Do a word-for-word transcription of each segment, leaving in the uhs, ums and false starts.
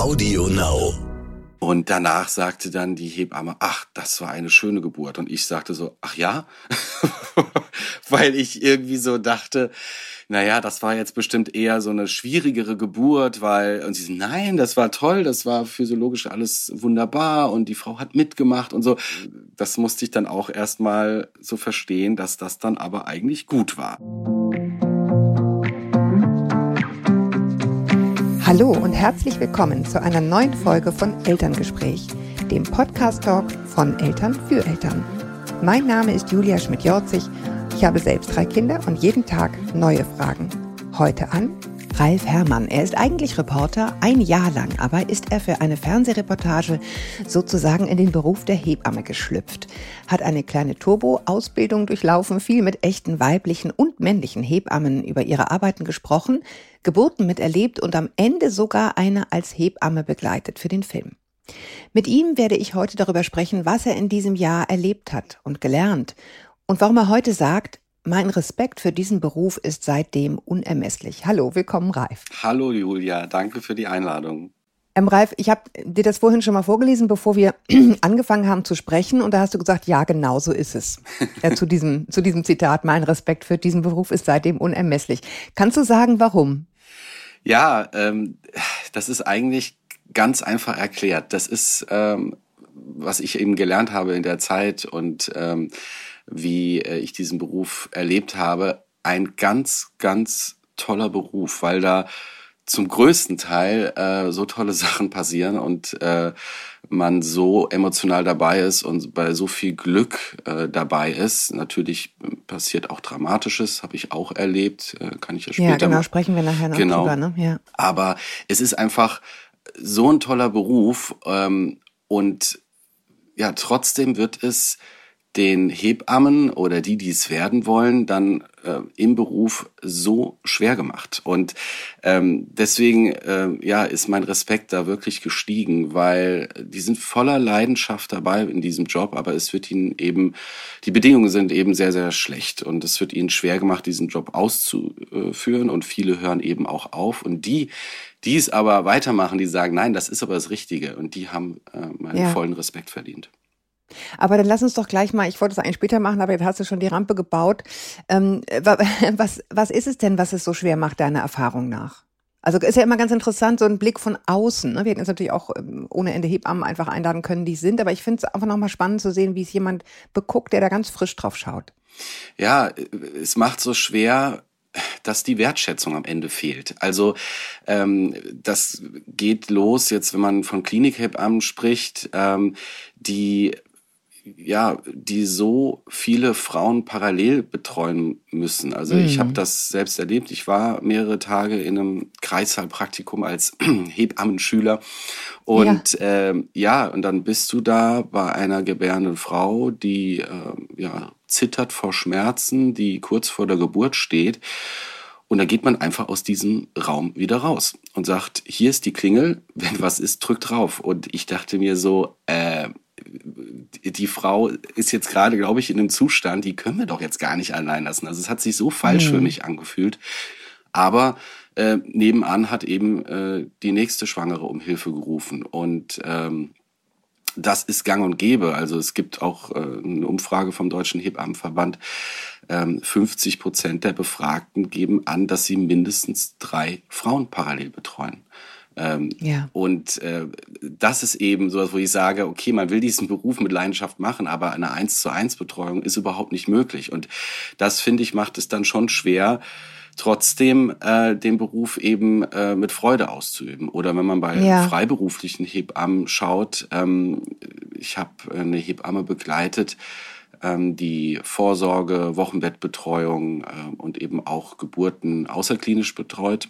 Audio Now. Und danach sagte dann die Hebamme, ach, das war eine schöne Geburt. Und ich sagte so, ach ja? Weil ich irgendwie so dachte, naja, das war jetzt bestimmt eher so eine schwierigere Geburt, weil, und sie so, nein, das war toll, das war physiologisch alles wunderbar und die Frau hat mitgemacht und so. Das musste ich dann auch erstmal so verstehen, dass das dann aber eigentlich gut war. Hallo und herzlich willkommen zu einer neuen Folge von Elterngespräch, dem Podcast-Talk von Eltern für Eltern. Mein Name ist Julia Schmidt-Jorzig. Ich habe selbst drei Kinder und jeden Tag neue Fragen. Heute an Ralf Herrmann. Er ist eigentlich Reporter, ein Jahr lang, aber ist er für eine Fernsehreportage sozusagen in den Beruf der Hebamme geschlüpft. Hat eine kleine Turbo-Ausbildung durchlaufen, viel mit echten weiblichen und männlichen Hebammen über ihre Arbeiten gesprochen, Geburten miterlebt und am Ende sogar eine als Hebamme begleitet für den Film. Mit ihm werde ich heute darüber sprechen, was er in diesem Jahr erlebt hat und gelernt und warum er heute sagt, mein Respekt für diesen Beruf ist seitdem unermesslich. Hallo, willkommen Ralf. Hallo Julia, danke für die Einladung. Ähm, Ralf, ich habe dir das vorhin schon mal vorgelesen, bevor wir angefangen haben zu sprechen. Und da hast du gesagt, ja, genau so ist es. Ja, zu diesem, zu diesem Zitat, mein Respekt für diesen Beruf ist seitdem unermesslich. Kannst du sagen, warum? Ja, ähm, das ist eigentlich ganz einfach erklärt. Das ist, ähm, was ich eben gelernt habe in der Zeit und ähm, wie äh, ich diesen Beruf erlebt habe. Ein ganz, ganz toller Beruf, weil da zum größten Teil äh, so tolle Sachen passieren und äh, man so emotional dabei ist und bei so viel Glück äh, dabei ist. Natürlich passiert auch Dramatisches, habe ich auch erlebt, äh, kann ich ja später. Ja, genau, sprechen wir nachher noch genau. drüber. Ne? Ja. Aber es ist einfach so ein toller Beruf ähm, und ja, trotzdem wird es den Hebammen oder die, die es werden wollen, dann äh, im Beruf so schwer gemacht. Und ähm, deswegen äh, ja, ist mein Respekt da wirklich gestiegen, weil die sind voller Leidenschaft dabei in diesem Job, aber es wird ihnen eben, die Bedingungen sind eben sehr, sehr schlecht und es wird ihnen schwer gemacht, diesen Job auszuführen und viele hören eben auch auf. Und die, die es aber weitermachen, die sagen, nein, das ist aber das Richtige und die haben äh, meinen Ja. vollen Respekt verdient. Aber dann lass uns doch gleich mal, ich wollte es eigentlich später machen, aber jetzt hast du schon die Rampe gebaut. Ähm, was, was ist es denn, was es so schwer macht, deiner Erfahrung nach? Also ist ja immer ganz interessant, so ein Blick von außen. Ne? Wir hätten jetzt natürlich auch ähm, ohne Ende Hebammen einfach einladen können, die es sind. Aber ich finde es einfach nochmal spannend zu sehen, wie es jemand beguckt, der da ganz frisch drauf schaut. Ja, es macht so schwer, dass die Wertschätzung am Ende fehlt. Also ähm, das geht los jetzt, wenn man von Klinikhebammen spricht, ähm, die ja, die so viele Frauen parallel betreuen müssen. Also Mhm. ich habe das selbst erlebt. Ich war mehrere Tage in einem Kreissaal-Praktikum als Hebammenschüler. Und ja. Ähm, ja, und dann bist du da bei einer gebärenden Frau, die äh, ja zittert vor Schmerzen, die kurz vor der Geburt steht. Und da geht man einfach aus diesem Raum wieder raus und sagt, hier ist die Klingel, wenn was ist, drück drauf. Und ich dachte mir so, äh, die Frau ist jetzt gerade, glaube ich, in einem Zustand, die können wir doch jetzt gar nicht allein lassen. Also es hat sich so falsch mhm. für mich angefühlt. Aber äh, nebenan hat eben äh, die nächste Schwangere um Hilfe gerufen. Und ähm, das ist gang und gäbe. Also es gibt auch äh, eine Umfrage vom Deutschen Hebammenverband. Ähm, fünfzig Prozent der Befragten geben an, dass sie mindestens drei Frauen parallel betreuen. Ähm, ja. Und äh, das ist eben so, wo ich sage, okay, man will diesen Beruf mit Leidenschaft machen, aber eine eins zu eins Betreuung ist überhaupt nicht möglich. Und das, finde ich, macht es dann schon schwer, trotzdem äh, den Beruf eben äh, mit Freude auszuüben. Oder wenn man bei ja. freiberuflichen Hebammen schaut, ähm, ich habe eine Hebamme begleitet, ähm, die Vorsorge, Wochenbettbetreuung äh, und eben auch Geburten außerklinisch betreut.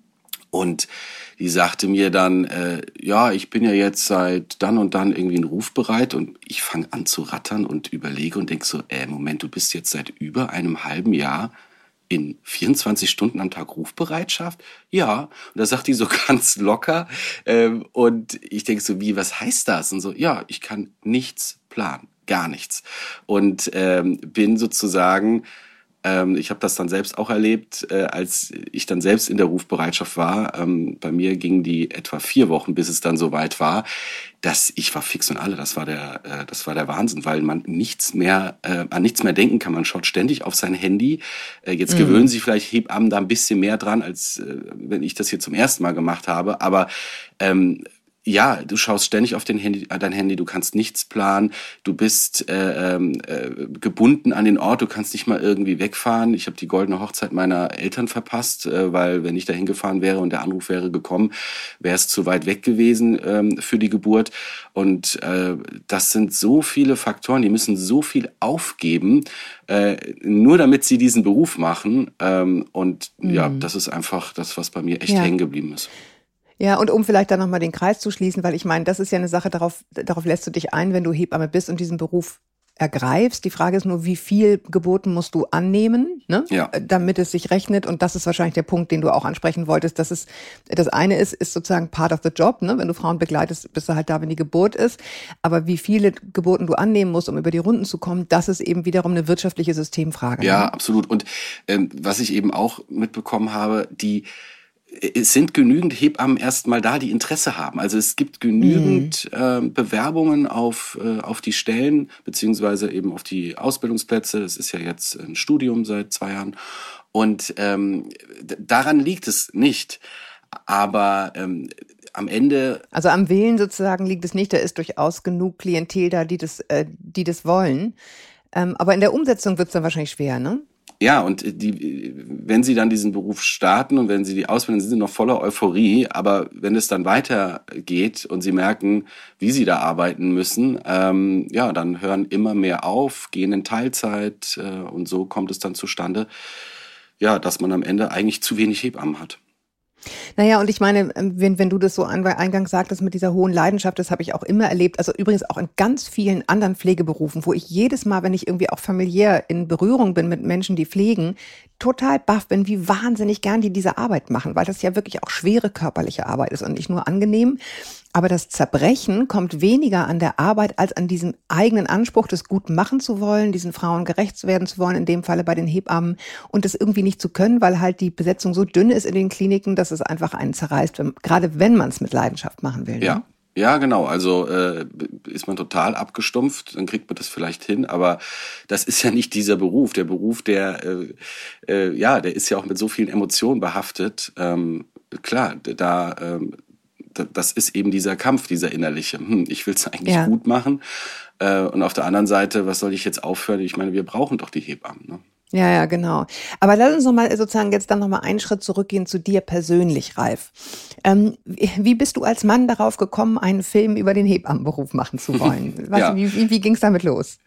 Und die sagte mir dann, äh, ja, ich bin ja jetzt seit dann und dann irgendwie rufbereit und ich fange an zu rattern und überlege und denk so, äh, Moment, du bist jetzt seit über einem halben Jahr in vierundzwanzig Stunden am Tag Rufbereitschaft? Ja. Und da sagt die so ganz locker ähm, und ich denk so, wie, was heißt das? Und so, ja, ich kann nichts planen, gar nichts. Und ähm, bin sozusagen Ähm, ich habe das dann selbst auch erlebt, äh, als ich dann selbst in der Rufbereitschaft war. Ähm, bei mir gingen die etwa vier Wochen, bis es dann soweit war, dass ich war fix und alle. Das war der, äh, das war der Wahnsinn, weil man nichts mehr, äh, an nichts mehr denken kann. Man schaut ständig auf sein Handy. Äh, jetzt mhm. gewöhnen sich vielleicht Hebammen da ein bisschen mehr dran, als äh, wenn ich das hier zum ersten Mal gemacht habe. Aber ähm, ja, du schaust ständig auf den Handy, dein Handy, du kannst nichts planen, du bist äh, äh, gebunden an den Ort, du kannst nicht mal irgendwie wegfahren. Ich habe die goldene Hochzeit meiner Eltern verpasst, äh, weil wenn ich da hingefahren wäre und der Anruf wäre gekommen, wäre es zu weit weg gewesen ähm, für die Geburt. Und äh, das sind so viele Faktoren, die müssen so viel aufgeben, äh, nur damit sie diesen Beruf machen. Ähm, und mhm. ja, das ist einfach das, was bei mir echt ja. hängen geblieben ist. Ja, und um vielleicht dann nochmal den Kreis zu schließen, weil ich meine, das ist ja eine Sache, darauf, darauf lässt du dich ein, wenn du Hebamme bist und diesen Beruf ergreifst. Die Frage ist nur, wie viel Geburten musst du annehmen, ne? Ja. Damit es sich rechnet. Und das ist wahrscheinlich der Punkt, den du auch ansprechen wolltest. Dass es, das eine ist, ist sozusagen part of the job, ne? Wenn du Frauen begleitest, bist du halt da, wenn die Geburt ist. Aber wie viele Geburten du annehmen musst, um über die Runden zu kommen, das ist eben wiederum eine wirtschaftliche Systemfrage. Ja, ne? absolut. Und ähm, was ich eben auch mitbekommen habe, die es sind genügend Hebammen erstmal da, die Interesse haben. Also es gibt genügend mhm. äh, Bewerbungen auf, äh, auf die Stellen, beziehungsweise eben auf die Ausbildungsplätze. Es ist ja jetzt ein Studium seit zwei Jahren. Und ähm, d- daran liegt es nicht. Aber ähm, am Ende... Also am Willen sozusagen liegt es nicht. Da ist durchaus genug Klientel da, die das, äh, die das wollen. Ähm, aber in der Umsetzung wird es dann wahrscheinlich schwer, ne? Ja, und die, wenn sie dann diesen Beruf starten und wenn sie die Ausbildung, sind sie noch voller Euphorie, aber wenn es dann weitergeht und sie merken, wie sie da arbeiten müssen, ähm, ja, dann hören immer mehr auf, gehen in Teilzeit äh, und so kommt es dann zustande, ja, dass man am Ende eigentlich zu wenig Hebammen hat. Naja, und ich meine, wenn, wenn du das so eingangs sagtest mit dieser hohen Leidenschaft, das habe ich auch immer erlebt, also übrigens auch in ganz vielen anderen Pflegeberufen, wo ich jedes Mal, wenn ich irgendwie auch familiär in Berührung bin mit Menschen, die pflegen, total baff bin, wie wahnsinnig gern die diese Arbeit machen, weil das ja wirklich auch schwere körperliche Arbeit ist und nicht nur angenehm. Aber das Zerbrechen kommt weniger an der Arbeit als an diesem eigenen Anspruch, das gut machen zu wollen, diesen Frauen gerecht werden zu wollen, in dem Falle bei den Hebammen, und das irgendwie nicht zu können, weil halt die Besetzung so dünn ist in den Kliniken, dass es einfach einen zerreißt, wenn, gerade wenn man es mit Leidenschaft machen will. Ja. Ne? Ja, genau. Also äh, ist man total abgestumpft, dann kriegt man das vielleicht hin. Aber das ist ja nicht dieser Beruf. Der Beruf, der äh, äh, ja, der ist ja auch mit so vielen Emotionen behaftet. Ähm, klar, da ähm, das ist eben dieser Kampf, dieser innerliche. Hm, ich will es eigentlich ja. gut machen. Äh, und auf der anderen Seite, was soll ich jetzt aufhören? Ich meine, wir brauchen doch die Hebammen. Ne? Ja, ja, genau. Aber lass uns noch mal sozusagen jetzt dann noch mal einen Schritt zurückgehen zu dir persönlich, Ralf. Ähm, wie bist du als Mann darauf gekommen, einen Film über den Hebammenberuf machen zu wollen? Was, ja. Wie, wie, wie ging es damit los?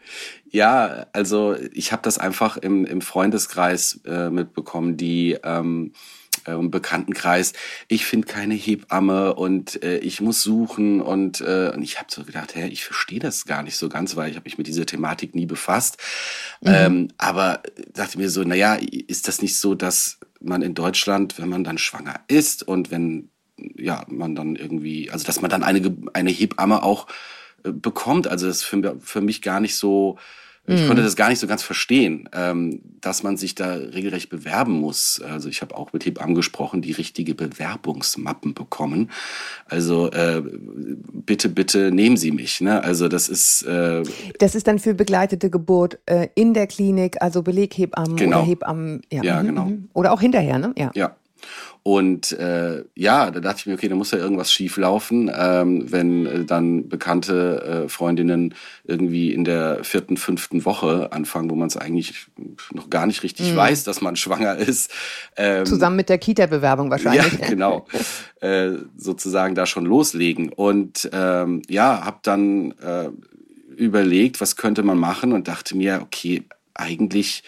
Ja, also ich habe das einfach im, im Freundeskreis äh, mitbekommen, die ähm, im Bekanntenkreis, ich finde keine Hebamme und äh, ich muss suchen und, äh, und ich habe so gedacht, hä, ich verstehe das gar nicht so ganz, weil ich habe mich mit dieser Thematik nie befasst. Mhm. Ähm, aber dachte mir so, naja, ist das nicht so, dass man in Deutschland, wenn man dann schwanger ist und wenn ja man dann irgendwie, also dass man dann eine eine Hebamme auch äh, bekommt, also das ist für, für mich gar nicht so. Ich konnte das gar nicht so ganz verstehen, ähm, dass man sich da regelrecht bewerben muss. Also ich habe auch mit Hebammen gesprochen, die richtige Bewerbungsmappen bekommen. Also äh, bitte, bitte nehmen Sie mich. Ne? Also das ist... Äh, das ist dann für begleitete Geburt äh, in der Klinik, also Beleghebammen genau. oder Hebammen. Ja, ja mhm, genau. Oder auch hinterher, ne? Ja. Ja. Und äh, ja, da dachte ich mir, okay, da muss ja irgendwas schief laufen, ähm, wenn äh, dann bekannte äh, Freundinnen irgendwie in der vierten, fünften Woche anfangen, wo man es eigentlich noch gar nicht richtig mhm. weiß, dass man schwanger ist. Ähm, Zusammen mit der Kita-Bewerbung wahrscheinlich. Ja, genau. äh, sozusagen da schon loslegen. Und ähm, ja, habe dann äh, überlegt, was könnte man machen und dachte mir, okay, eigentlich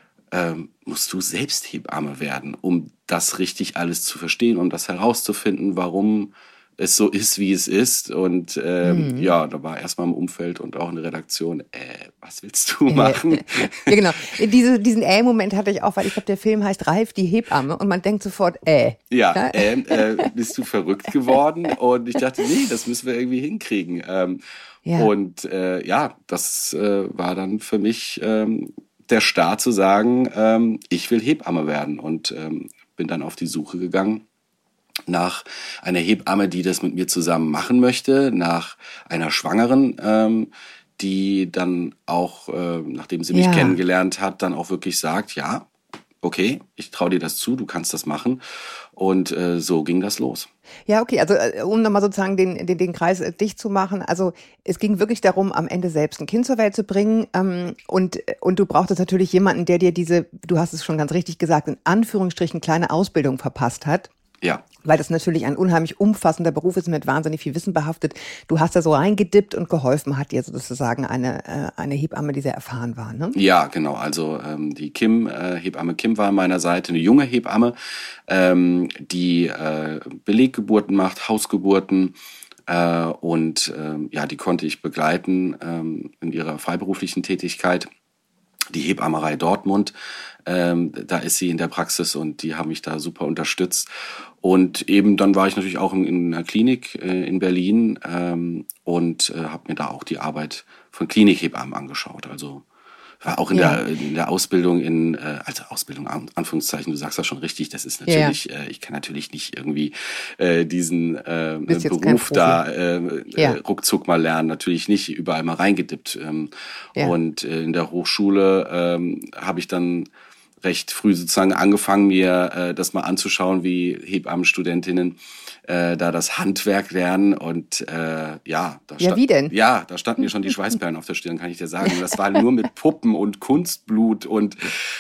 ähm, musst du selbst Hebamme werden, um das richtig alles zu verstehen, um das herauszufinden, warum es so ist, wie es ist. Und ähm, mhm. ja, da war erstmal im Umfeld und auch in der Redaktion, äh, was willst du machen? Ja, genau. Diese, diesen Äh-Moment hatte ich auch, weil ich glaube, der Film heißt Ralf, die Hebamme, und man denkt sofort, äh. Ja, ja? Äh, äh, bist du verrückt geworden? Und ich dachte, nee, das müssen wir irgendwie hinkriegen. Ähm, ja. Und äh, ja, das äh, war dann für mich... Ähm, der Start zu sagen, ähm, ich will Hebamme werden und ähm, bin dann auf die Suche gegangen nach einer Hebamme, die das mit mir zusammen machen möchte, nach einer Schwangeren, ähm, die dann auch, äh, nachdem sie mich Ja. kennengelernt hat, dann auch wirklich sagt, ja, okay, ich traue dir das zu, du kannst das machen. Und äh, so ging das los. Ja, okay, also äh, um nochmal sozusagen den, den, den Kreis äh, dicht zu machen, also es ging wirklich darum, am Ende selbst ein Kind zur Welt zu bringen ähm, und, und du brauchtest natürlich jemanden, der dir diese, du hast es schon ganz richtig gesagt, in Anführungsstrichen kleine Ausbildung verpasst hat. Ja. Weil das natürlich ein unheimlich umfassender Beruf ist, mit wahnsinnig viel Wissen behaftet. Du hast da so reingedippt und geholfen hat dir sozusagen eine, äh, eine Hebamme, die sehr erfahren war, ne? Ja, genau. Also ähm, die Kim, äh, Hebamme Kim war an meiner Seite, eine junge Hebamme, ähm, die äh, Beleggeburten macht, Hausgeburten. Äh, und ähm, ja, die konnte ich begleiten ähm, in ihrer freiberuflichen Tätigkeit. Die Hebammerei Dortmund, ähm, da ist sie in der Praxis und die haben mich da super unterstützt. Und eben dann war ich natürlich auch in, in einer Klinik äh, in Berlin ähm, und äh, habe mir da auch die Arbeit von Klinikhebammen angeschaut. Also war auch in, ja. der, in der Ausbildung in, äh, also Ausbildung, an, Anführungszeichen, du sagst das schon richtig, das ist natürlich, ja. äh, ich kann natürlich nicht irgendwie äh, diesen äh, Beruf da äh, ja. äh, ruckzuck mal lernen, natürlich nicht überall mal reingedippt. Ähm, ja. Und äh, in der Hochschule ähm, habe ich dann recht früh sozusagen angefangen, mir äh, das mal anzuschauen, wie Hebammenstudentinnen äh, da das Handwerk lernen und äh, ja, da ja, stand, wie denn? Ja, da standen mir schon die Schweißperlen auf der Stirn, kann ich dir sagen. Und das war nur mit Puppen und Kunstblut und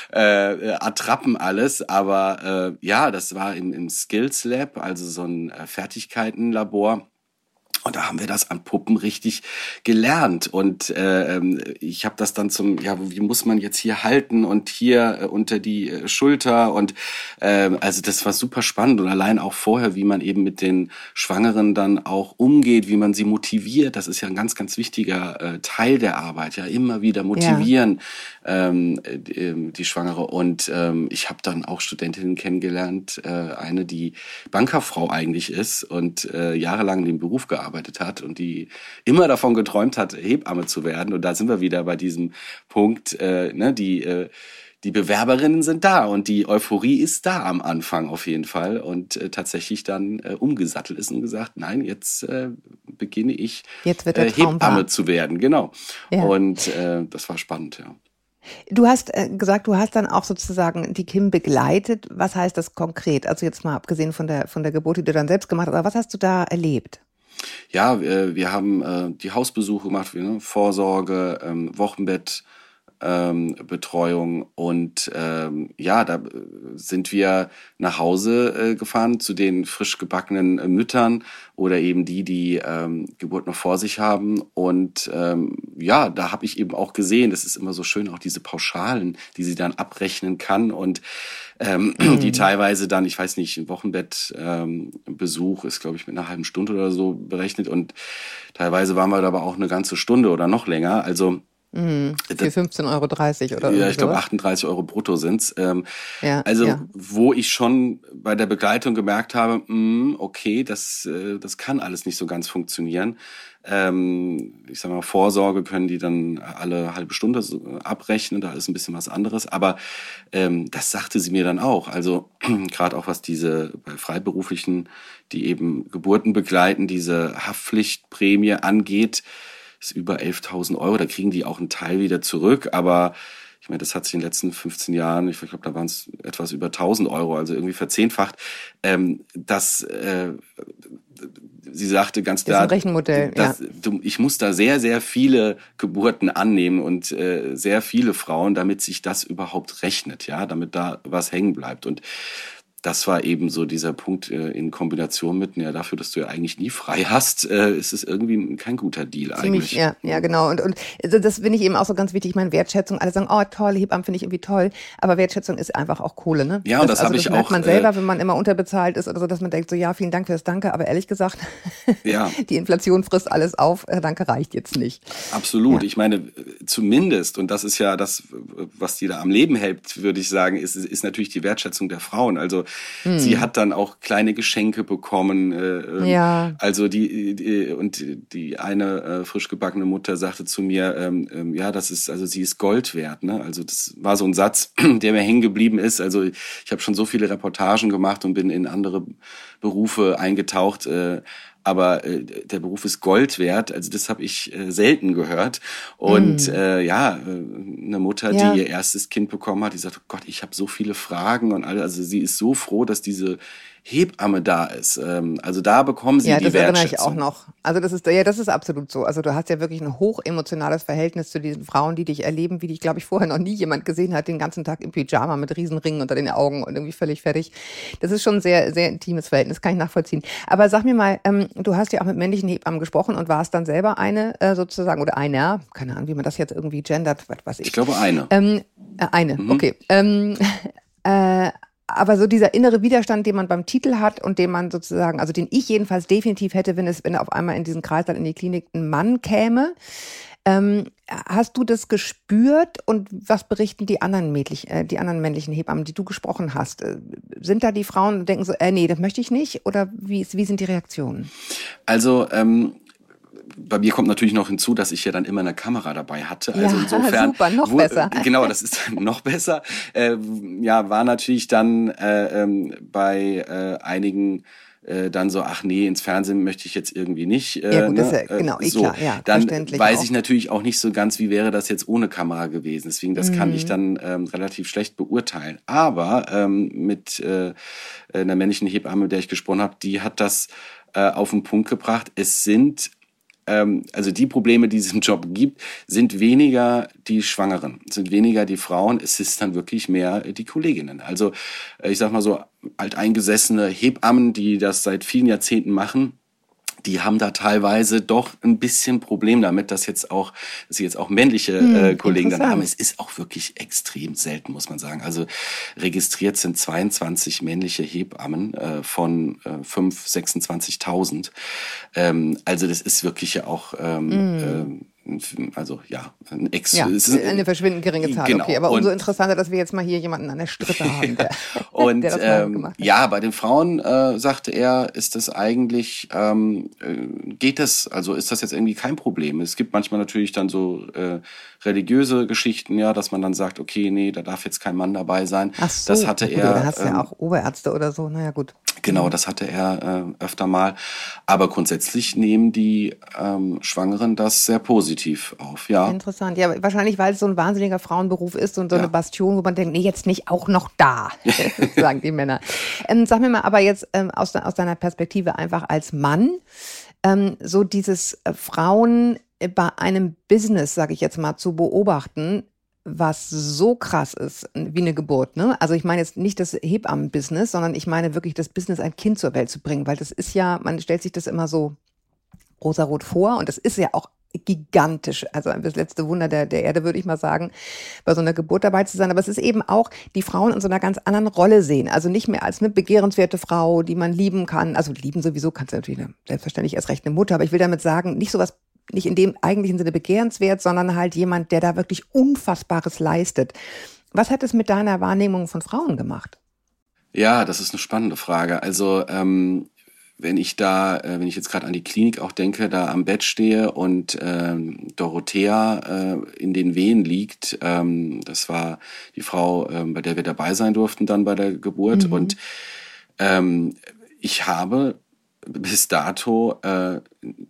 äh, Attrappen alles, aber äh, ja, das war im, im Skills Lab, also so ein äh, Fertigkeitenlabor. Und da haben wir das an Puppen richtig gelernt. Und äh, ich habe das dann zum, ja, wie muss man jetzt hier halten und hier äh, unter die äh, Schulter. Und äh, also das war super spannend. Und allein auch vorher, wie man eben mit den Schwangeren dann auch umgeht, wie man sie motiviert. Das ist ja ein ganz, ganz wichtiger äh, Teil der Arbeit. Ja, immer wieder motivieren, ja. ähm, die, die Schwangere. Und ähm, ich habe dann auch Studentinnen kennengelernt, äh, eine, die Bankerfrau eigentlich ist und äh, jahrelang in dem Beruf gearbeitet hat und die immer davon geträumt hat, Hebamme zu werden. Und da sind wir wieder bei diesem Punkt, äh, ne, die, äh, die Bewerberinnen sind da und die Euphorie ist da am Anfang auf jeden Fall und äh, tatsächlich dann äh, umgesattelt ist und gesagt, nein, jetzt äh, beginne ich jetzt wird der äh, Traum Hebamme wahr. zu werden. Genau. Ja. Und äh, das war spannend, ja. Du hast äh, gesagt, du hast dann auch sozusagen die Kim begleitet. Was heißt das konkret? Also jetzt mal abgesehen von der, von der Geburt, die du dann selbst gemacht hast, aber was hast du da erlebt? Ja, wir, wir haben äh, die Hausbesuche gemacht, ne? Vorsorge, ähm, Wochenbett, ähm, Betreuung und ähm, ja, da sind wir nach Hause äh, gefahren zu den frisch gebackenen äh, Müttern oder eben die, die ähm, Geburt noch vor sich haben und ähm, ja, da habe ich eben auch gesehen, das ist immer so schön, auch diese Pauschalen, die sie dann abrechnen kann und ähm, mhm. die teilweise dann, ich weiß nicht, ein Wochenbettbesuch ähm, ist, glaube ich, mit einer halben Stunde oder so berechnet und teilweise waren wir da aber auch eine ganze Stunde oder noch länger, also Mm, für fünfzehn Euro dreißig oder Ja, ich glaube achtunddreißig Euro brutto sind's. Ähm, ja, also ja. wo ich schon bei der Begleitung gemerkt habe, mh, okay, das äh, das kann alles nicht so ganz funktionieren. Ähm, ich sag mal, Vorsorge können die dann alle halbe Stunde so abrechnen, da ist ein bisschen was anderes. Aber ähm, das sagte sie mir dann auch. Also gerade auch was diese bei Freiberuflichen, die eben Geburten begleiten, diese Haftpflichtprämie angeht, ist über elftausend Euro, da kriegen die auch einen Teil wieder zurück, aber ich meine, das hat sich in den letzten fünfzehn Jahren, ich glaube, da waren es etwas über tausend Euro, also irgendwie verzehnfacht. Ähm, das, äh, sie sagte ganz klar, ist ein Rechenmodell, dass, ja. du, ich muss da sehr, sehr viele Geburten annehmen und äh, sehr viele Frauen, damit sich das überhaupt rechnet, ja, damit da was hängen bleibt und das war eben so dieser Punkt äh, in Kombination mit, ja, dafür, dass du ja eigentlich nie frei hast, äh, ist es irgendwie kein guter Deal Ziemlich, eigentlich. Ja, ja, genau. Und, und also das finde ich eben auch so ganz wichtig. Ich meine, Wertschätzung, alle sagen, oh toll, Hebammen finde ich irgendwie toll. Aber Wertschätzung ist einfach auch Kohle, ne? Ja, und das, das also, habe ich das auch. merkt man selber, äh, wenn man immer unterbezahlt ist oder so, dass man denkt, so ja, vielen Dank für das Danke. Aber ehrlich gesagt, ja. die Inflation frisst alles auf. Danke reicht jetzt nicht. Absolut. Ja. Ich meine, zumindest, und das ist ja das, was die da am Leben hält, würde ich sagen, ist, ist natürlich die Wertschätzung der Frauen. Also hm. sie hat dann auch kleine Geschenke bekommen. Äh, ja. Also die, die und die eine äh, frisch gebackene Mutter sagte zu mir, ähm, ähm, ja, das ist, also sie ist Gold wert. Ne? Also das war so ein Satz, der mir hängen geblieben ist. Also ich habe schon so viele Reportagen gemacht und bin in andere Berufe eingetaucht. Äh, aber äh, der Beruf ist Gold wert, also das habe ich äh, selten gehört. Und mm. äh, ja, äh, eine Mutter, ja. die ihr erstes Kind bekommen hat, die sagt, oh Gott, ich habe so viele Fragen und alle, also sie ist so froh, dass diese Hebamme da ist. Ähm, also da bekommen sie ja, die Wertschätzung. Ja, das erinnere ich auch noch. Also das ist, ja, das ist absolut so. Also du hast ja wirklich ein hochemotionales Verhältnis zu diesen Frauen, die dich erleben, wie dich, glaube ich, vorher noch nie jemand gesehen hat, den ganzen Tag im Pyjama mit Riesenringen unter den Augen und irgendwie völlig fertig. Das ist schon ein sehr, sehr intimes Verhältnis, kann ich nachvollziehen. Aber sag mir mal, ähm, du hast ja auch mit männlichen Hebammen gesprochen und warst dann selber eine äh, sozusagen, oder einer, keine Ahnung, wie man das jetzt irgendwie gendert, was weiß ich. Ich glaube eine. Ähm, äh, eine, mhm. okay. Ähm, äh, Aber so dieser innere Widerstand, den man beim Titel hat und den man sozusagen, also den ich jedenfalls definitiv hätte, wenn es, wenn auf einmal in diesen Kreis dann in die Klinik ein Mann käme. Ähm, hast du das gespürt und was berichten die anderen, mädlich, äh, die anderen männlichen Hebammen, die du gesprochen hast? Äh, sind da die Frauen und denken so, äh, nee, das möchte ich nicht? Oder wie, wie sind die Reaktionen? Also, ähm, bei mir kommt natürlich noch hinzu, dass ich ja dann immer eine Kamera dabei hatte. Also ja, insofern, super, noch wo, besser. Genau, das ist noch besser. Äh, ja, war natürlich dann äh, ähm, bei äh, einigen äh, dann so, ach nee, ins Fernsehen möchte ich jetzt irgendwie nicht. Äh, ja gut, das ne? ist ja, genau, eh so, klar, ja, dann verständlich weiß auch. ich natürlich auch nicht so ganz, wie wäre das jetzt ohne Kamera gewesen. Deswegen, das mhm. kann ich dann ähm, relativ schlecht beurteilen. Aber ähm, mit äh, einer männlichen Hebamme, mit der ich gesprochen habe, die hat das äh, auf den Punkt gebracht. Es sind also die Probleme, die es im Job gibt, sind weniger die Schwangeren, sind weniger die Frauen, es ist dann wirklich mehr die Kolleginnen. Also ich sag mal so, alteingesessene Hebammen, die das seit vielen Jahrzehnten machen, die haben da teilweise doch ein bisschen Problem damit, dass jetzt auch, dass sie jetzt auch männliche hm, äh, Kollegen dann haben. Es ist auch wirklich extrem selten, muss man sagen. Also registriert sind zweiundzwanzig männliche Hebammen äh, von äh, fünf, sechsundzwanzigtausend. Ähm, also das ist wirklich ja auch ähm, hm. ähm, also ja, ein Ex ja, ist eine verschwindend geringe Zahl. Genau. Okay, aber umso und, interessanter, dass wir jetzt mal hier jemanden an der Strippe haben, der, und, der das mal ähm, gemacht hat. Ja, bei den Frauen, äh, sagte er, ist das eigentlich, ähm, geht das, also ist das jetzt irgendwie kein Problem. Es gibt manchmal natürlich dann so äh, religiöse Geschichten, ja, dass man dann sagt, okay, nee, da darf jetzt kein Mann dabei sein. Ach so, das hatte er. Da hast du ähm, ja auch Oberärzte oder so, naja gut. Genau, das hatte er äh, öfter mal. Aber grundsätzlich nehmen die ähm, Schwangeren das sehr positiv auf, ja. Interessant, ja, wahrscheinlich, weil es so ein wahnsinniger Frauenberuf ist und so ja. eine Bastion, wo man denkt, nee, jetzt nicht auch noch da, sagen die Männer. Ähm, sag mir mal, aber jetzt ähm, aus, aus deiner Perspektive einfach als Mann, ähm, so dieses äh, Frauen bei einem Business, sage ich jetzt mal, zu beobachten, was so krass ist wie eine Geburt, ne? Also ich meine jetzt nicht das Hebammen-Business, sondern ich meine wirklich das Business, ein Kind zur Welt zu bringen, weil das ist ja, man stellt sich das immer so rosarot vor und das ist ja auch gigantisch, also das letzte Wunder der, der Erde, würde ich mal sagen, bei so einer Geburt dabei zu sein. Aber es ist eben auch, die Frauen in so einer ganz anderen Rolle sehen. Also nicht mehr als eine begehrenswerte Frau, die man lieben kann. Also lieben sowieso kannst du natürlich eine, selbstverständlich erst recht eine Mutter, aber ich will damit sagen, nicht sowas, nicht in dem eigentlichen Sinne begehrenswert, sondern halt jemand, der da wirklich Unfassbares leistet. Was hat es mit deiner Wahrnehmung von Frauen gemacht? Ja, das ist eine spannende Frage. Also ähm, wenn ich da, äh, wenn ich jetzt gerade an die Klinik auch denke, da am Bett stehe und ähm, Dorothea äh, in den Wehen liegt, ähm, das war die Frau, ähm, bei der wir dabei sein durften dann bei der Geburt. Mhm. Und ähm, ich habe bis dato äh,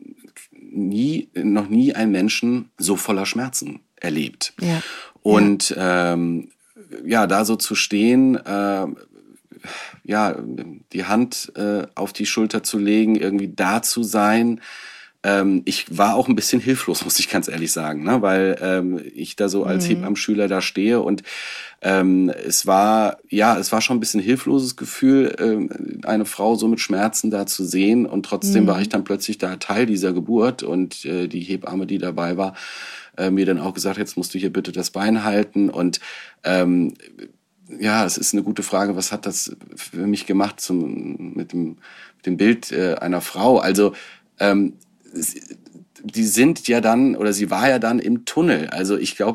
nie, noch nie einen Menschen so voller Schmerzen erlebt. Ja. Und ja. Ähm, ja, da so zu stehen, äh, ja, die Hand äh, auf die Schulter zu legen, irgendwie da zu sein. Ähm, ich war auch ein bisschen hilflos, muss ich ganz ehrlich sagen, ne? Weil ähm, ich da so als mhm. Hebammenschüler da stehe und ähm, es war, ja, es war schon ein bisschen hilfloses Gefühl, ähm, eine Frau so mit Schmerzen da zu sehen und trotzdem mhm. war ich dann plötzlich da Teil dieser Geburt und äh, die Hebamme, die dabei war, äh, mir dann auch gesagt, jetzt musst du hier bitte das Bein halten und ähm, ja, es ist eine gute Frage, was hat das für mich gemacht zum, mit, dem, mit dem Bild äh, einer Frau? Also ähm, die sind ja dann, oder sie war ja dann im Tunnel. Also ich glaube,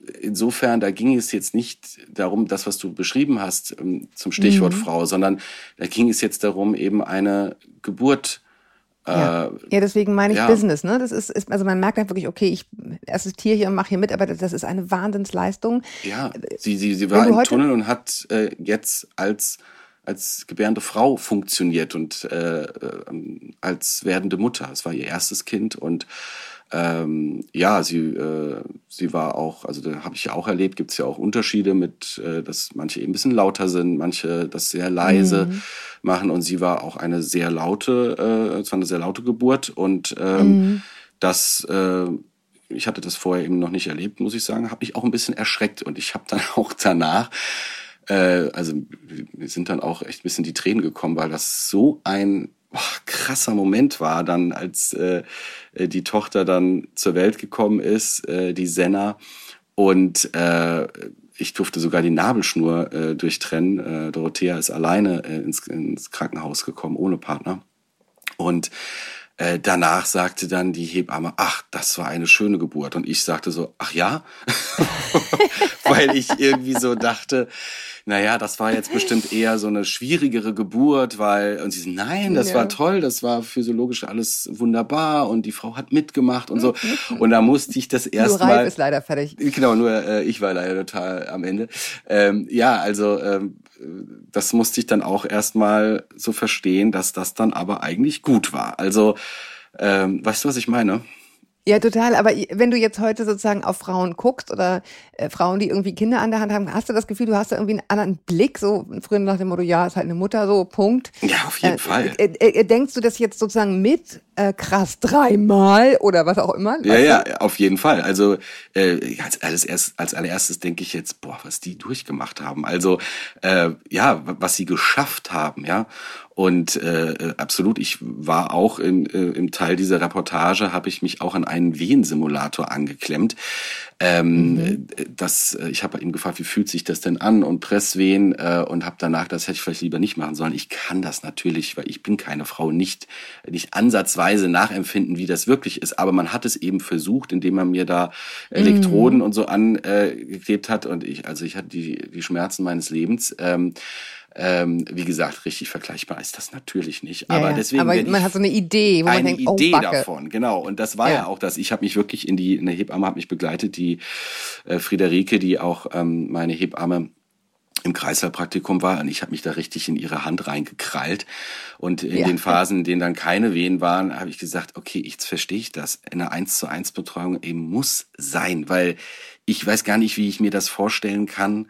insofern, da ging es jetzt nicht darum, das, was du beschrieben hast, zum Stichwort mhm. Frau, sondern da ging es jetzt darum, eben eine Geburt. Ja, ja deswegen meine ich ja. Business. Ne? Das ist, ist, also man merkt dann wirklich, okay, ich assistiere hier und mache hier mit, aber das ist eine Wahnsinnsleistung. Ja, sie, sie, sie war im Tunnel und hat äh, jetzt als als gebärende Frau funktioniert und äh, als werdende Mutter. Es war ihr erstes Kind und ähm, ja, sie äh, sie war auch, also da habe ich ja auch erlebt, gibt es ja auch Unterschiede mit, äh, dass manche eben ein bisschen lauter sind, manche das sehr leise mhm. machen und sie war auch eine sehr laute, äh, es war eine sehr laute Geburt und ähm, mhm. das äh, ich hatte das vorher eben noch nicht erlebt, muss ich sagen, habe mich auch ein bisschen erschreckt und ich habe dann auch danach Äh, also wir sind dann auch echt ein bisschen die Tränen gekommen, weil das so ein oh, krasser Moment war, dann als äh, die Tochter dann zur Welt gekommen ist, äh, die Senna. Und äh, ich durfte sogar die Nabelschnur äh, durchtrennen. Äh, Dorothea ist alleine äh, ins, ins Krankenhaus gekommen, ohne Partner. Und Äh, danach sagte dann die Hebamme, ach, das war eine schöne Geburt. Und ich sagte so, ach ja? Weil ich irgendwie so dachte, naja, das war jetzt bestimmt eher so eine schwierigere Geburt, weil, und sie so, nein, das ja. war toll, das war physiologisch alles wunderbar und die Frau hat mitgemacht und so. Und da musste ich das erstmal. Nur Ralf ist leider fertig. Genau, nur äh, ich war leider total am Ende. Ähm, ja, also ähm, das musste ich dann auch erstmal so verstehen, dass das dann aber eigentlich gut war. Also, ähm, weißt du, was ich meine? Ja, total. Aber wenn du jetzt heute sozusagen auf Frauen guckst oder äh, Frauen, die irgendwie Kinder an der Hand haben, hast du das Gefühl, du hast da irgendwie einen anderen Blick, so früher nach dem Motto, ja, ist halt eine Mutter, so, Punkt. Ja, auf jeden äh, Fall. Äh, äh, denkst du das jetzt sozusagen mit, äh, krass, dreimal oder was auch immer? Ja, ja, du? Auf jeden Fall. Also äh, als, als, erst, als allererstes denke ich jetzt, boah, was die durchgemacht haben. Also äh, ja, was sie geschafft haben, ja. Und äh, absolut, ich war auch in, äh, im Teil dieser Reportage, habe ich mich auch an einen Wehensimulator angeklemmt. Ähm, mhm. das, ich habe ihn gefragt, wie fühlt sich das denn an und Presswehen äh, und habe danach, das hätte ich vielleicht lieber nicht machen sollen. Ich kann das natürlich, weil ich bin keine Frau, nicht nicht ansatzweise nachempfinden, wie das wirklich ist. Aber man hat es eben versucht, indem man mir da Elektroden mhm. und so angeklebt hat und ich, also ich hatte die die Schmerzen meines Lebens. Ähm, Ähm, wie gesagt, richtig vergleichbar ist das natürlich nicht. Ja, aber ja. deswegen aber man hat so eine Idee, wo eine man denkt, oh, Idee Backe. davon, genau. Und das war ja, ja auch das. Ich habe mich wirklich in die, eine Hebamme hat mich begleitet, die äh, Friederike, die auch ähm, meine Hebamme im Kreißsaal-Praktikum war und ich habe mich da richtig in ihre Hand reingekrallt und in ja. den Phasen, in denen dann keine Wehen waren, habe ich gesagt, okay, jetzt verstehe ich das. Eine eins zu eins Betreuung eben muss sein, weil ich weiß gar nicht, wie ich mir das vorstellen kann,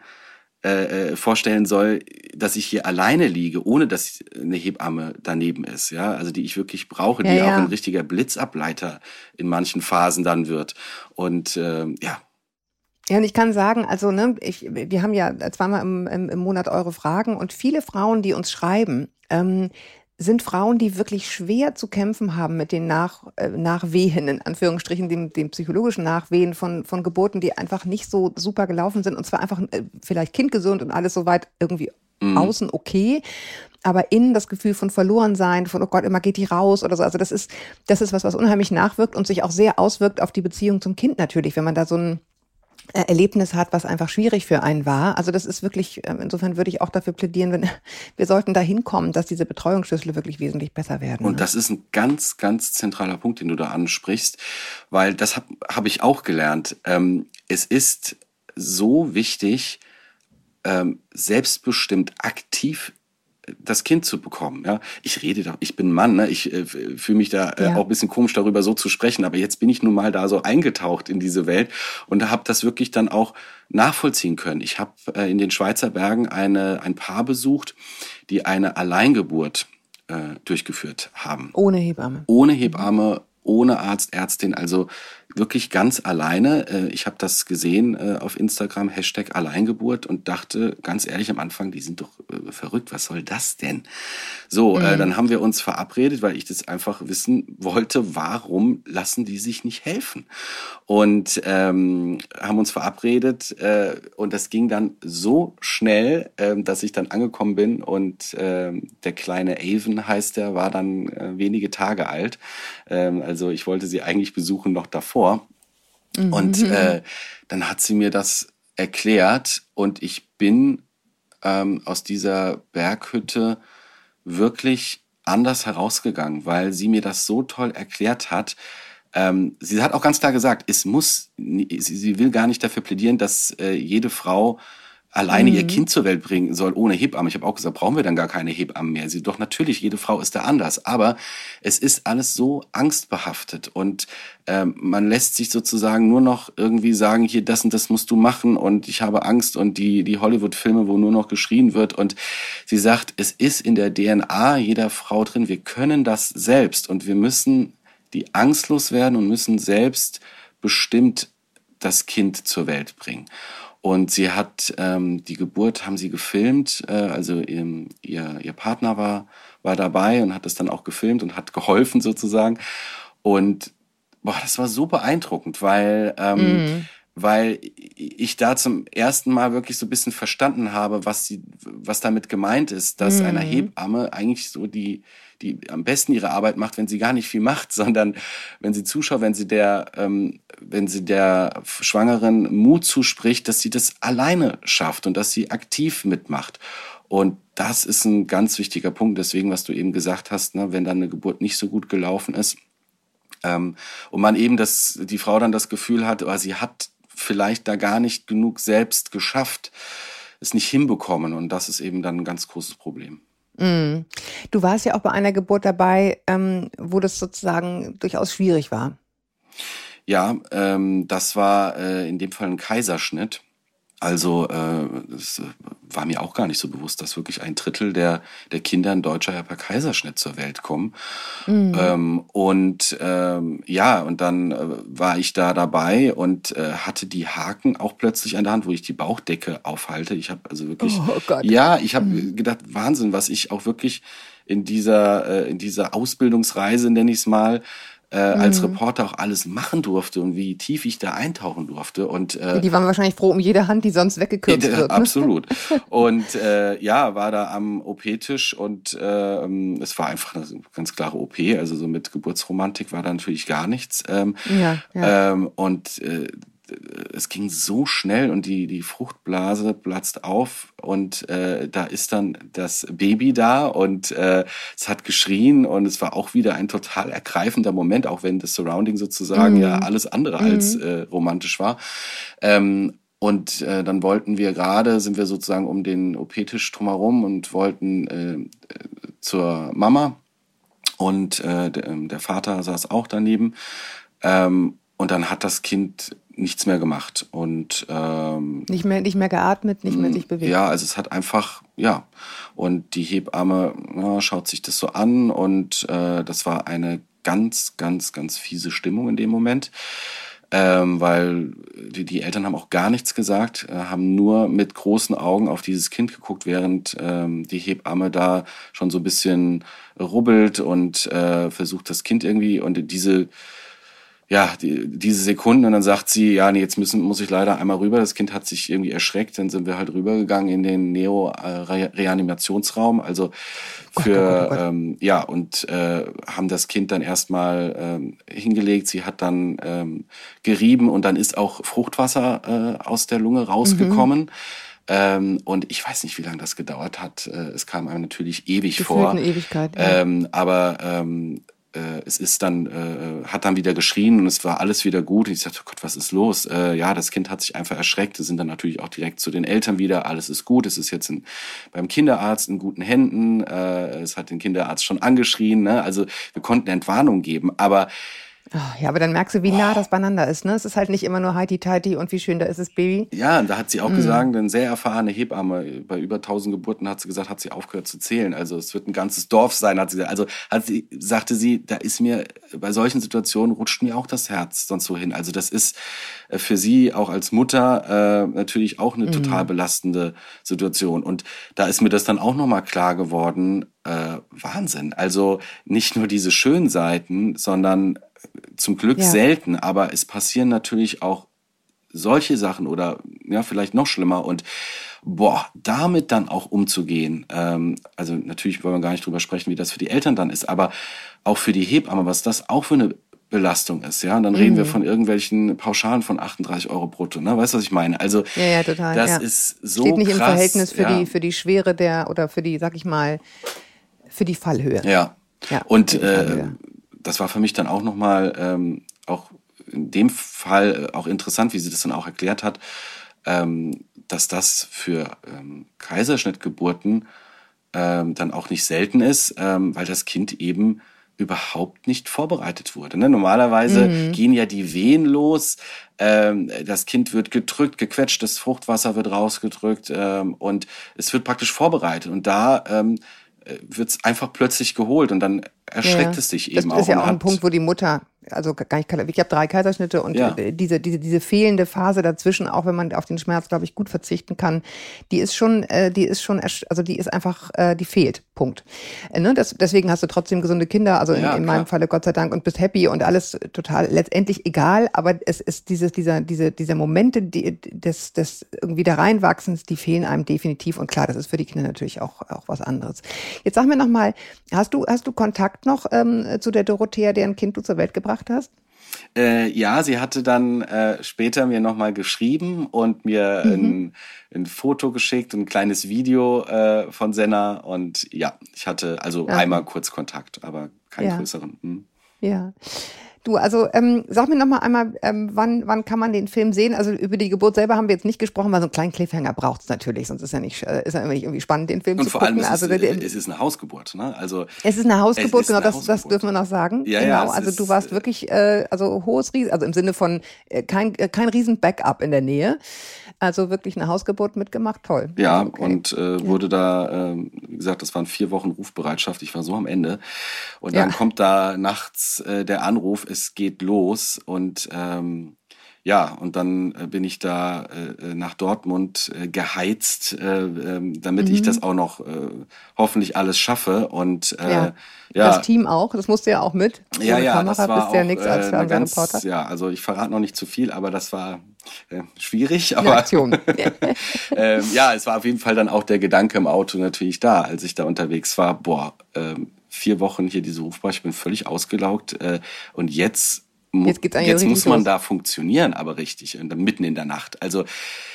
Äh, vorstellen soll, dass ich hier alleine liege, ohne dass eine Hebamme daneben ist, ja, also die ich wirklich brauche, die ja, ja. auch ein richtiger Blitzableiter in manchen Phasen dann wird und äh, ja. Ja, und ich kann sagen, also ne, ich, wir haben ja zweimal im, im, im Monat eure Fragen und viele Frauen, die uns schreiben, ähm, sind Frauen, die wirklich schwer zu kämpfen haben mit den Nach, äh, Nachwehen, in Anführungsstrichen, dem, dem psychologischen Nachwehen von, von Geburten, die einfach nicht so super gelaufen sind und zwar einfach äh, vielleicht kindgesund und alles soweit irgendwie mhm. außen okay, aber innen das Gefühl von Verlorensein, von oh Gott, immer geht die raus oder so. Also das ist, das ist was, was unheimlich nachwirkt und sich auch sehr auswirkt auf die Beziehung zum Kind natürlich, wenn man da so ein Erlebnis hat, was einfach schwierig für einen war. Also das ist wirklich, insofern würde ich auch dafür plädieren, wenn wir sollten da hinkommen, dass diese Betreuungsschlüssel wirklich wesentlich besser werden. Und das ist ein ganz, ganz zentraler Punkt, den du da ansprichst, weil das habe hab ich auch gelernt. Ähm, es ist so wichtig, ähm, selbstbestimmt aktiv das Kind zu bekommen. Ja, ich rede da, ich bin Mann, ne? Ich äh, fühle mich da äh, ja. auch ein bisschen komisch darüber so zu sprechen, aber jetzt bin ich nun mal da so eingetaucht in diese Welt und da habe das wirklich dann auch nachvollziehen können. Ich habe äh, in den Schweizer Bergen eine ein Paar besucht, die eine Alleingeburt äh, durchgeführt haben. Ohne Hebamme. Ohne Hebamme, ohne Arzt, Ärztin, also wirklich ganz alleine. Ich habe das gesehen auf Instagram, Hashtag Alleingeburt und dachte ganz ehrlich am Anfang, die sind doch verrückt, was soll das denn? So, mhm. dann haben wir uns verabredet, weil ich das einfach wissen wollte, warum lassen die sich nicht helfen? Und ähm, haben uns verabredet äh, und das ging dann so schnell, äh, dass ich dann angekommen bin und äh, der kleine Avon heißt der, war dann äh, wenige Tage alt. Ähm, also ich wollte sie eigentlich besuchen noch davor. Mhm. Und äh, dann hat sie mir das erklärt und ich bin ähm, aus dieser Berghütte wirklich anders herausgegangen, weil sie mir das so toll erklärt hat. Ähm, sie hat auch ganz klar gesagt, es muss, sie, sie will gar nicht dafür plädieren, dass äh, jede Frau alleine ihr Kind zur Welt bringen soll ohne Hebamme. Ich habe auch gesagt, brauchen wir dann gar keine Hebammen mehr. Sie, doch natürlich, jede Frau ist da anders. Aber es ist alles so angstbehaftet und ähm, man lässt sich sozusagen nur noch irgendwie sagen, hier, das und das musst du machen und ich habe Angst und die, die Hollywood-Filme, wo nur noch geschrien wird. Und sie sagt, es ist in der D N A jeder Frau drin. Wir können das selbst und wir müssen die angstlos werden und müssen selbst bestimmt das Kind zur Welt bringen. Und sie hat ähm, die Geburt haben sie gefilmt, äh, also ihr, ihr, ihr Partner war, war dabei und hat das dann auch gefilmt und hat geholfen sozusagen. Und boah, das war so beeindruckend, weil, ähm, Mhm. weil ich da zum ersten Mal wirklich so ein bisschen verstanden habe, was sie, was damit gemeint ist, dass Mhm. einer Hebamme eigentlich so die, die am besten ihre Arbeit macht, wenn sie gar nicht viel macht, sondern wenn sie zuschaut, wenn sie der, ähm, wenn sie der Schwangeren Mut zuspricht, dass sie das alleine schafft und dass sie aktiv mitmacht. Und das ist ein ganz wichtiger Punkt. Deswegen, was du eben gesagt hast, ne, wenn dann eine Geburt nicht so gut gelaufen ist, ähm, und man eben das, die Frau dann das Gefühl hat, oh, sie hat vielleicht da gar nicht genug selbst geschafft, es nicht hinbekommen. Und das ist eben dann ein ganz großes Problem. Mhm. Du warst ja auch bei einer Geburt dabei, ähm, wo das sozusagen durchaus schwierig war. Ja, ähm, das war äh, in dem Fall ein Kaiserschnitt. Also äh, es war mir auch gar nicht so bewusst, dass wirklich ein Drittel der, der Kinder in Deutschland ja per Kaiserschnitt zur Welt kommen. Mhm. Ähm, und ähm, ja, und dann äh, war ich da dabei und äh, hatte die Haken auch plötzlich an der Hand, wo ich die Bauchdecke aufhalte. Ich habe also wirklich, Oh Gott. ja, ich habe Mhm. gedacht, Wahnsinn, was ich auch wirklich in dieser äh, in dieser Ausbildungsreise, nenne ich es mal, äh, als Mhm. Reporter auch alles machen durfte und wie tief ich da eintauchen durfte. Und äh, Die waren wahrscheinlich froh um jede Hand, die sonst weggekürzt wird. Ne? absolut. Und äh, ja, war da am O P-Tisch und äh, es war einfach eine ganz klare O P, also so mit Geburtsromantik war da natürlich gar nichts. Ähm, Ja, ja. ähm, und äh, es ging so schnell und die, die Fruchtblase platzt auf und äh, da ist dann das Baby da und äh, es hat geschrien und es war auch wieder ein total ergreifender Moment, auch wenn das Surrounding sozusagen Mhm. ja alles andere als Mhm. äh, romantisch war. Ähm, und äh, dann wollten wir gerade, sind wir sozusagen um den O P-Tisch drumherum und wollten äh, zur Mama und äh, der, der Vater saß auch daneben. Ähm, und dann hat das Kind nichts mehr gemacht und ähm, Nicht mehr, nicht mehr geatmet, nicht mehr sich bewegt. ja, also es hat einfach, ja, und die Hebamme ja, schaut sich das so an und äh, das war eine ganz, ganz, ganz fiese Stimmung in dem Moment, ähm, weil die, die Eltern haben auch gar nichts gesagt, äh, haben nur mit großen Augen auf dieses Kind geguckt, während ähm, die Hebamme da schon so ein bisschen rubbelt und äh, versucht das Kind irgendwie und diese ja, die, diese Sekunden und dann sagt sie, ja, nee, jetzt müssen, muss ich leider einmal rüber. Das Kind hat sich irgendwie erschreckt, dann sind wir halt rübergegangen in den Neo-Reanimationsraum, also für, Oh Gott, oh Gott. ähm, ja, und äh, haben das Kind dann erstmal ähm, hingelegt. Sie hat dann ähm, gerieben und dann ist auch Fruchtwasser äh, aus der Lunge rausgekommen. Mhm. Ähm, und ich weiß nicht, wie lange das gedauert hat. Äh, es kam einem natürlich ewig Gefühlt vor. eine Ewigkeit, ja. Ähm, aber ähm, äh, es ist dann, äh, hat dann wieder geschrien und es war alles wieder gut. Und ich sagte, oh Gott, was ist los? Äh, ja, das Kind hat sich einfach erschreckt. Wir sind dann natürlich auch direkt zu den Eltern wieder. Alles ist gut. Es ist jetzt in, beim Kinderarzt in guten Händen. Äh, es hat den Kinderarzt schon angeschrien. Ne? Also wir konnten Entwarnung geben. Aber Ah, ja, aber dann merkst du, wie nah das beieinander ist. Ne? Es ist halt nicht immer nur heiti-teiti und wie schön da ist das Baby. ja, da hat sie auch Mhm. gesagt, eine sehr erfahrene Hebamme, bei über tausend Geburten hat sie gesagt, hat sie aufgehört zu zählen. Also es wird ein ganzes Dorf sein, hat sie gesagt. Also hat sie, sagte sie, da ist mir, bei solchen Situationen rutscht mir auch das Herz sonst so hin. Also das ist äh, für sie auch als Mutter äh, natürlich auch eine total Mhm. belastende Situation. Und da ist mir das dann auch nochmal klar geworden, äh, Wahnsinn. Also nicht nur diese schönen Seiten, sondern zum Glück Ja. selten, aber es passieren natürlich auch solche Sachen oder ja, vielleicht noch schlimmer und boah, damit dann auch umzugehen, ähm, also natürlich wollen wir gar nicht drüber sprechen, wie das für die Eltern dann ist, aber auch für die Hebamme, was das auch für eine Belastung ist, ja. Und dann mhm. reden wir von irgendwelchen Pauschalen von achtunddreißig Euro brutto, ne? Weißt du, was ich meine? Also, ja, ja, total, das ja. ist so Steht nicht krass, im Verhältnis für ja. die, für die Schwere der, oder für die, sag ich mal, für die Fallhöhe. Ja. ja Und, äh, das war für mich dann auch nochmal, ähm, auch in dem Fall auch interessant, wie sie das dann auch erklärt hat, ähm, dass das für ähm, Kaiserschnittgeburten ähm, dann auch nicht selten ist, ähm, weil das Kind eben überhaupt nicht vorbereitet wurde. Ne? Normalerweise mhm. gehen ja die Wehen los, ähm, das Kind wird gedrückt, gequetscht, das Fruchtwasser wird rausgedrückt ähm, und es wird praktisch vorbereitet. Und da ähm, wird es einfach plötzlich geholt und dann erschreckt ja, es dich eben auch. Das ist ja auch hat, ein Punkt, wo die Mutter, also gar nicht, ich habe drei Kaiserschnitte und ja. diese, diese, diese fehlende Phase dazwischen, auch wenn man auf den Schmerz, glaube ich, gut verzichten kann, die ist schon, äh, die ist schon, also die ist einfach, äh, die fehlt, Punkt. Äh, ne? das, deswegen hast du trotzdem gesunde Kinder, also in, ja, in meinem Falle Gott sei Dank und bist happy und alles total letztendlich egal, aber es ist dieses, dieser, diese, diese Momente die, des, des irgendwie da reinwachsens, die fehlen einem definitiv und klar, das ist für die Kinder natürlich auch, auch was anderes. Jetzt sag mir nochmal, hast du, hast du Kontakt noch ähm, zu der Dorothea, deren Kind du zur Welt gebracht hast? Äh, ja, sie hatte dann äh, später mir nochmal geschrieben und mir mhm. ein, ein Foto geschickt, ein kleines Video äh, von Senna und ja, ich hatte also okay. einmal kurz Kontakt, aber keinen ja. größeren. Hm. Ja. Du, also ähm, sag mir noch mal einmal, ähm, wann wann kann man den Film sehen? Also über die Geburt selber haben wir jetzt nicht gesprochen, weil so einen kleinen Cliffhanger braucht es natürlich, sonst ist ja nicht äh, ist ja immer nicht irgendwie spannend, den Film und zu vor gucken. allem, es also ist, der, es ist eine Hausgeburt, ne? Also es ist eine Hausgeburt, ist genau, eine das Hausgeburt. das dürfen wir noch sagen. Ja, genau, ja, also ist, du warst wirklich äh, also hohes Riesen, also im Sinne von äh, kein äh, kein riesen Backup in der Nähe. Also wirklich eine Hausgeburt mitgemacht, toll. Ja, okay. und äh, wurde ja. da, äh, wie gesagt, das waren vier Wochen Rufbereitschaft, ich war so am Ende. Und dann ja. kommt da nachts äh, der Anruf, es geht los und ähm, ja, und dann äh, bin ich da äh, nach Dortmund äh, geheizt, äh, äh, damit mhm. ich das auch noch äh, hoffentlich alles schaffe. Und äh, ja. ja, das Team auch, das musste ja auch mit. Ja, ja, Kamera das war bist auch ja nichts als äh, ganz, Reporter. ja, also ich verrate noch nicht zu viel, aber das war äh, schwierig. Aber eine Aktion. ähm, ja, es war auf jeden Fall dann auch der Gedanke im Auto natürlich da, als ich da unterwegs war. Boah, ähm, vier Wochen hier diese Rufbereitschaft, ich bin völlig ausgelaugt äh, und jetzt Jetzt, geht's Jetzt muss man los. da funktionieren, aber richtig, und dann mitten in der Nacht. Also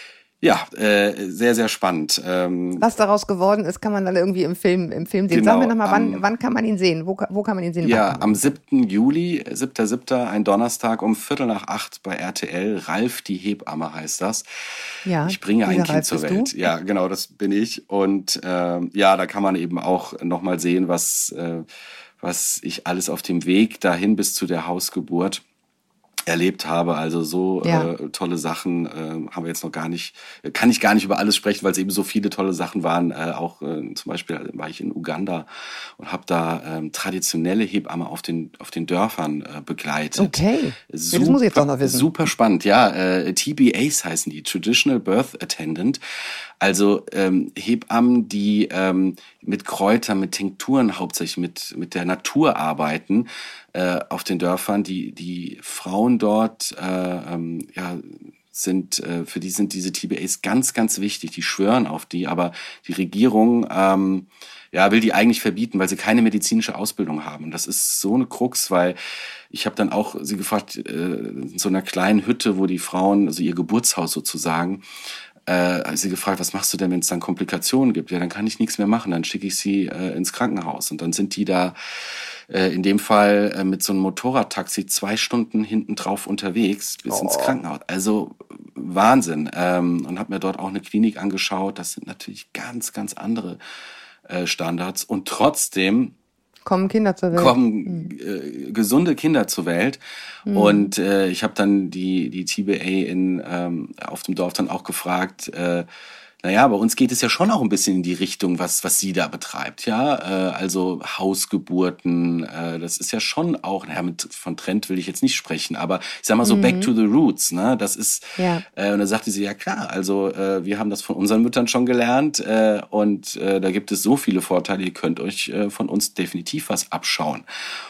ja, äh, sehr, sehr spannend. Ähm, Was daraus geworden ist, kann man dann irgendwie im Film, im Film sehen. Genau, Sag mir nochmal, wann, am, wann kann man ihn sehen? Wo, wo kann man ihn sehen? Ja, am siebten Juli, siebter siebter, ein Donnerstag um Viertel nach acht bei R T L. Ralf die Hebamme heißt das. Ja, ich bringe ein Kind Ralf zur bist Welt. Du? Ja, genau, das bin ich. Und ähm, ja, da kann man eben auch nochmal sehen, was, äh, was ich alles auf dem Weg dahin bis zu der Hausgeburt erlebt habe, also so ja. äh, tolle Sachen äh, haben wir jetzt noch gar nicht, kann ich gar nicht über alles sprechen, weil es eben so viele tolle Sachen waren. Äh, auch äh, zum Beispiel war ich in Uganda und habe da ähm, traditionelle Hebamme auf den auf den Dörfern äh, begleitet. Okay, super, ja, das muss ich jetzt auch noch wissen. Super spannend, ja. Äh, T B As heißen die, Traditional Birth Attendant. Also ähm, Hebammen, die ähm, mit Kräutern, mit Tinkturen hauptsächlich mit mit der Natur arbeiten äh, auf den Dörfern. Die die Frauen dort äh, ähm, ja sind äh, für die sind diese T B As ganz ganz wichtig. Die schwören auf die, aber die Regierung ähm, ja will die eigentlich verbieten, weil sie keine medizinische Ausbildung haben. Und das ist so eine Krux, weil ich habe dann auch sie gefragt äh, in so einer kleinen Hütte, wo die Frauen, also ihr Geburtshaus sozusagen, äh, sie gefragt, was machst du denn, wenn es dann Komplikationen gibt? Ja, dann kann ich nichts mehr machen, dann schicke ich sie äh, ins Krankenhaus. Und dann sind die da äh, in dem Fall äh, mit so einem Motorradtaxi zwei Stunden hinten drauf unterwegs bis oh. ins Krankenhaus. Also Wahnsinn. Ähm, und habe mir dort auch eine Klinik angeschaut. Das sind natürlich ganz, ganz andere äh, Standards. Und trotzdem kommen Kinder zur Welt. Kommen äh, gesunde Kinder zur Welt. Mhm. Und äh, ich habe dann die die T B A in ähm, auf dem Dorf dann auch gefragt, äh, naja, bei uns geht es ja schon auch ein bisschen in die Richtung, was was sie da betreibt, ja, äh, also Hausgeburten, äh, das ist ja schon auch, naja, mit von Trend will ich jetzt nicht sprechen, aber ich sag mal so mhm. back to the roots, ne, das ist, ja. äh, und da sagte sie, ja klar, also äh, wir haben das von unseren Müttern schon gelernt äh, und äh, da gibt es so viele Vorteile, ihr könnt euch äh, von uns definitiv was abschauen.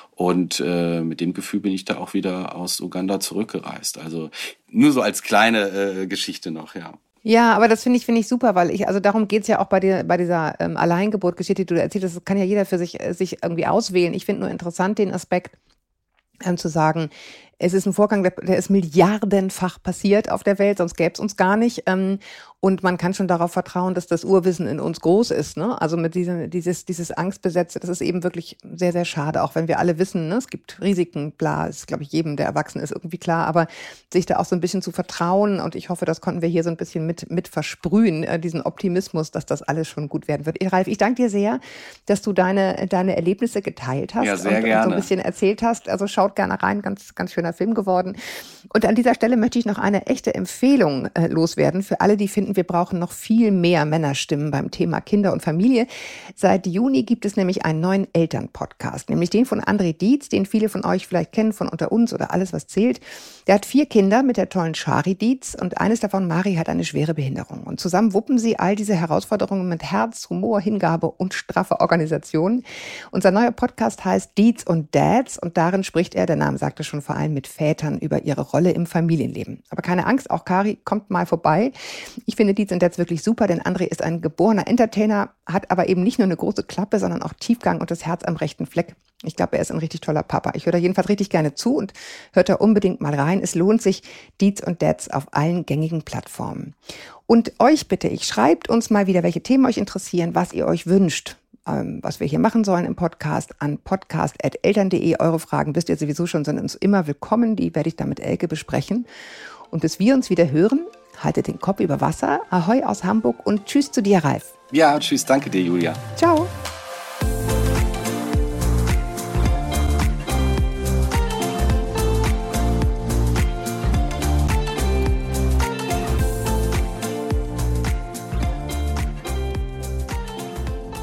Und äh, mit dem Gefühl bin ich da auch wieder aus Uganda zurückgereist. Also nur so als kleine äh, Geschichte noch, ja. Ja, aber das finde ich finde ich super, weil ich, also darum geht's ja auch bei dir, bei dieser ähm, Alleingeburt-Geschichte, die du erzählt hast, das kann ja jeder für sich, äh, sich irgendwie auswählen. Ich finde nur interessant den Aspekt, ähm, zu sagen, es ist ein Vorgang, der, der ist milliardenfach passiert auf der Welt, sonst gäbe es uns gar nicht. Ähm, und man kann schon darauf vertrauen, dass das Urwissen in uns groß ist. Ne? Also mit diesem, dieses, dieses Angstbesetzte, das ist eben wirklich sehr, sehr schade. Auch wenn wir alle wissen, ne, es gibt Risiken, bla, ist, glaube ich, jedem, der erwachsen ist, irgendwie klar. Aber sich da auch so ein bisschen zu vertrauen, und ich hoffe, das konnten wir hier so ein bisschen mit, mit versprühen, äh, diesen Optimismus, dass das alles schon gut werden wird. Ralf, ich danke dir sehr, dass du deine, deine Erlebnisse geteilt hast. Ja, sehr und, gerne. und so ein bisschen erzählt hast. Also schaut gerne rein, ganz, ganz schöner Film geworden. Und an dieser Stelle möchte ich noch eine echte Empfehlung äh, loswerden für alle, die finden, wir brauchen noch viel mehr Männerstimmen beim Thema Kinder und Familie. Seit Juni gibt es nämlich einen neuen Elternpodcast, nämlich den von André Dietz, den viele von euch vielleicht kennen von Unter uns oder Alles, was zählt. Der hat vier Kinder mit der tollen Shari Dietz und eines davon, Mari, hat eine schwere Behinderung. Und zusammen wuppen sie all diese Herausforderungen mit Herz, Humor, Hingabe und straffer Organisation. Unser neuer Podcast heißt Dietz und Dads und darin spricht er, der Name sagte schon, vor allem mit Vätern über ihre Rolle im Familienleben. Aber keine Angst, auch Kari kommt mal vorbei. Ich finde Dietz und Dads wirklich super, denn André ist ein geborener Entertainer, hat aber eben nicht nur eine große Klappe, sondern auch Tiefgang und das Herz am rechten Fleck. Ich glaube, er ist ein richtig toller Papa. Ich höre da jedenfalls richtig gerne zu und hört da unbedingt mal rein. Es lohnt sich, Dietz und Dads auf allen gängigen Plattformen. Und euch bitte ich, schreibt uns mal wieder, welche Themen euch interessieren, was ihr euch wünscht, ähm, was wir hier machen sollen im Podcast, an podcast at eltern punkt de. Eure Fragen wisst ihr sowieso schon, sind uns immer willkommen. Die werde ich dann mit Elke besprechen. Und bis wir uns wieder hören, haltet den Kopf über Wasser. Ahoi aus Hamburg und tschüss zu dir, Ralf. Ja, tschüss, danke dir, Julia. Ciao.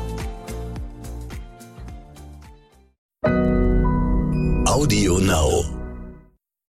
Audio Now.